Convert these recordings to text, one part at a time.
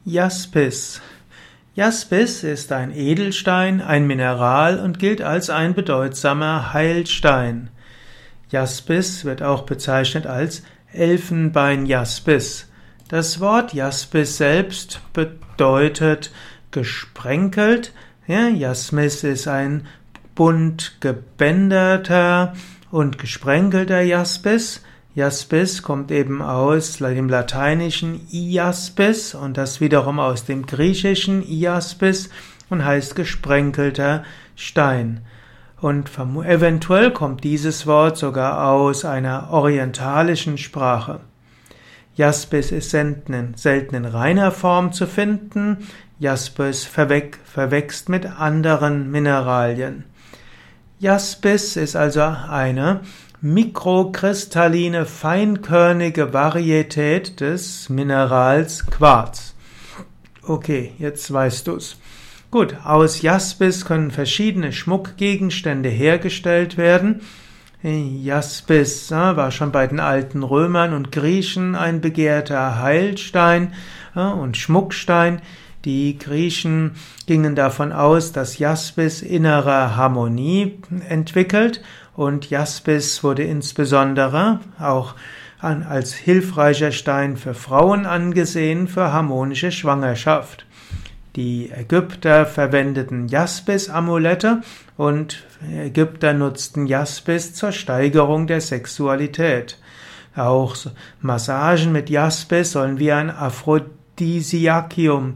Jaspis. Jaspis ist ein Edelstein, ein Mineral und gilt als ein bedeutsamer Heilstein. Jaspis wird auch bezeichnet als Elfenbeinjaspis. Das Wort Jaspis selbst bedeutet gesprenkelt. Ja, Jaspis ist ein bunt gebänderter und gesprenkelter Jaspis. Jaspis kommt eben aus dem lateinischen Iaspis und das wiederum aus dem griechischen Iaspis und heißt gesprenkelter Stein. Und eventuell kommt dieses Wort sogar aus einer orientalischen Sprache. Jaspis ist selten in reiner Form zu finden. Jaspis verwächst mit anderen Mineralien. Jaspis ist also eine mikrokristalline, feinkörnige Varietät des Minerals Quarz. Okay, jetzt weißt du's. Gut, aus Jaspis können verschiedene Schmuckgegenstände hergestellt werden. Jaspis war schon bei den alten Römern und Griechen ein begehrter Heilstein und Schmuckstein. Die Griechen gingen davon aus, dass Jaspis innere Harmonie entwickelt und Jaspis wurde insbesondere auch als hilfreicher Stein für Frauen angesehen für harmonische Schwangerschaft. Die Ägypter verwendeten Jaspis-Amulette und Ägypter nutzten Jaspis zur Steigerung der Sexualität. Auch Massagen mit Jaspis sollen wie ein Aphrodisiakum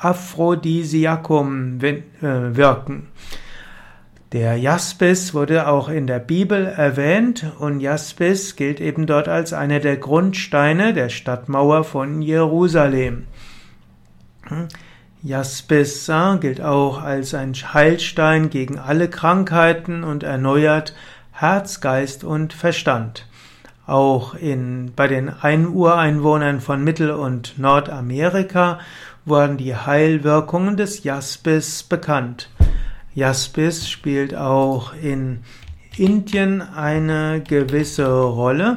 wirken. Der Jaspis wurde auch in der Bibel erwähnt und Jaspis gilt eben dort als einer der Grundsteine der Stadtmauer von Jerusalem. Jaspis gilt auch als ein Heilstein gegen alle Krankheiten und erneuert Herz, Geist und Verstand. Auch bei den Ureinwohnern von Mittel- und Nordamerika wurden die Heilwirkungen des Jaspis bekannt. Jaspis spielt auch in Indien eine gewisse Rolle.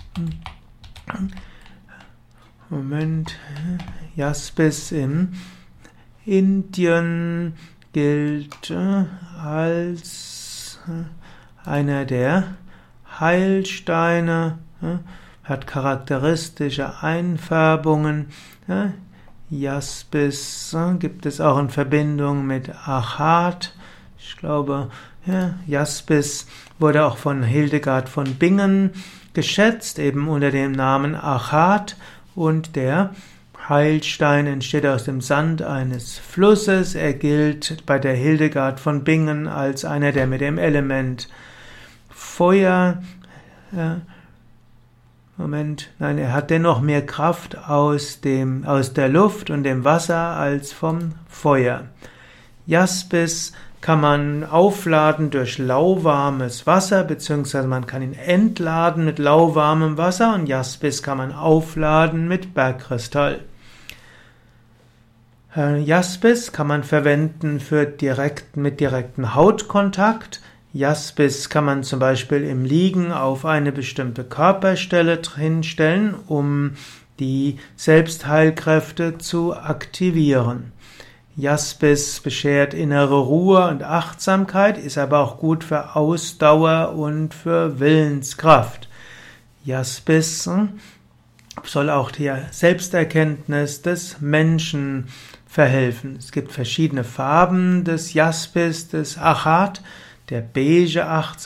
Jaspis in Indien gilt als einer der Heilsteine, hat charakteristische Einfärbungen. Jaspis gibt es auch in Verbindung mit Achat. Ich glaube, Jaspis wurde auch von Hildegard von Bingen geschätzt, eben unter dem Namen Achat. Und der Heilstein entsteht aus dem Sand eines Flusses. Er gilt bei der Hildegard von Bingen als einer, der mit dem Element Feuer, er hat dennoch mehr Kraft aus der Luft und dem Wasser als vom Feuer. Jaspis kann man aufladen durch lauwarmes Wasser, beziehungsweise man kann ihn entladen mit lauwarmem Wasser und Jaspis kann man aufladen mit Bergkristall. Jaspis kann man verwenden mit direktem Hautkontakt. Jaspis kann man zum Beispiel im Liegen auf eine bestimmte Körperstelle hinstellen, um die Selbstheilkräfte zu aktivieren. Jaspis beschert innere Ruhe und Achtsamkeit, ist aber auch gut für Ausdauer und für Willenskraft. Jaspis soll auch der Selbsterkenntnis des Menschen verhelfen. Es gibt verschiedene Farben des Jaspis, des Achat. Der beige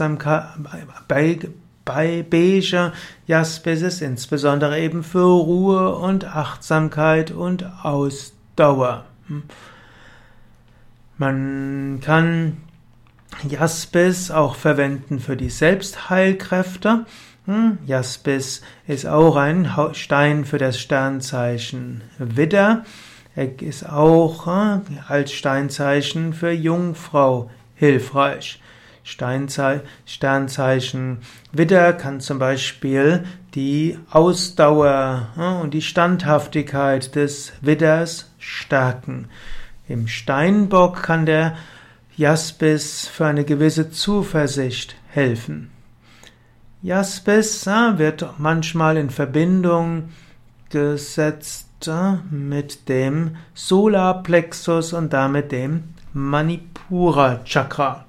Jaspis ist insbesondere eben für Ruhe und Achtsamkeit und Ausdauer. Man kann Jaspis auch verwenden für die Selbstheilkräfte. Jaspis ist auch ein Stein für das Sternzeichen Widder. Er ist auch als Steinzeichen für Jungfrau hilfreich. Sternzeichen Widder kann zum Beispiel die Ausdauer und die Standhaftigkeit des Widders stärken. Im Steinbock kann der Jaspis für eine gewisse Zuversicht helfen. Jaspis wird manchmal in Verbindung gesetzt mit dem Solarplexus und damit dem Manipura Chakra.